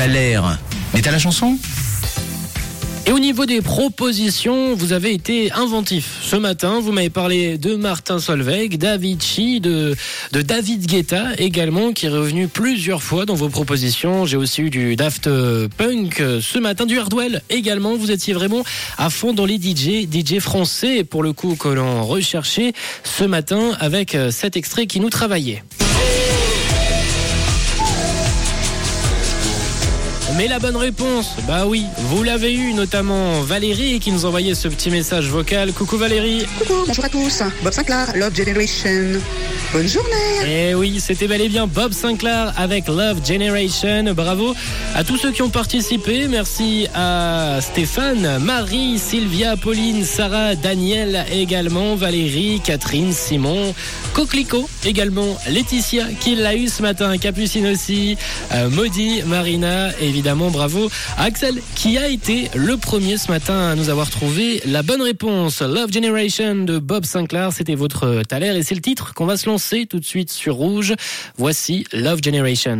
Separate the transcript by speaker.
Speaker 1: Thaler. Mais t'as la chanson ?
Speaker 2: Et au niveau des propositions, vous avez été inventif. Ce matin, vous m'avez parlé de Martin Solveig, d'Avicii, de David Guetta également, qui est revenu plusieurs fois dans vos propositions. J'ai aussi eu du Daft Punk ce matin, du Hardwell également. Vous étiez vraiment à fond dans les DJ français, pour le coup, que l'on recherchait ce matin avec cet extrait qui nous travaillait. Mais la bonne réponse, bah oui, vous l'avez eu, notamment Valérie qui nous envoyait ce petit message vocal. Coucou Valérie.
Speaker 3: Coucou, bonjour à tous. Bob Sinclair, Love Generation. Bonne journée.
Speaker 2: Eh oui, c'était bel et bien Bob Sinclair avec Love Generation. Bravo à tous ceux qui ont participé. Merci à Stéphane, Marie, Sylvia, Pauline, Sarah, Daniel également, Valérie, Catherine, Simon, Coquelicot également, Laetitia qui l'a eu ce matin, Capucine aussi, Maudie, Marina, évidemment bravo à Axel qui a été le premier ce matin à nous avoir trouvé la bonne réponse. Love Generation de Bob Sinclair, c'était votre Thaler et c'est le titre qu'on va se lancer tout de suite sur Rouge. Voici Love Generation.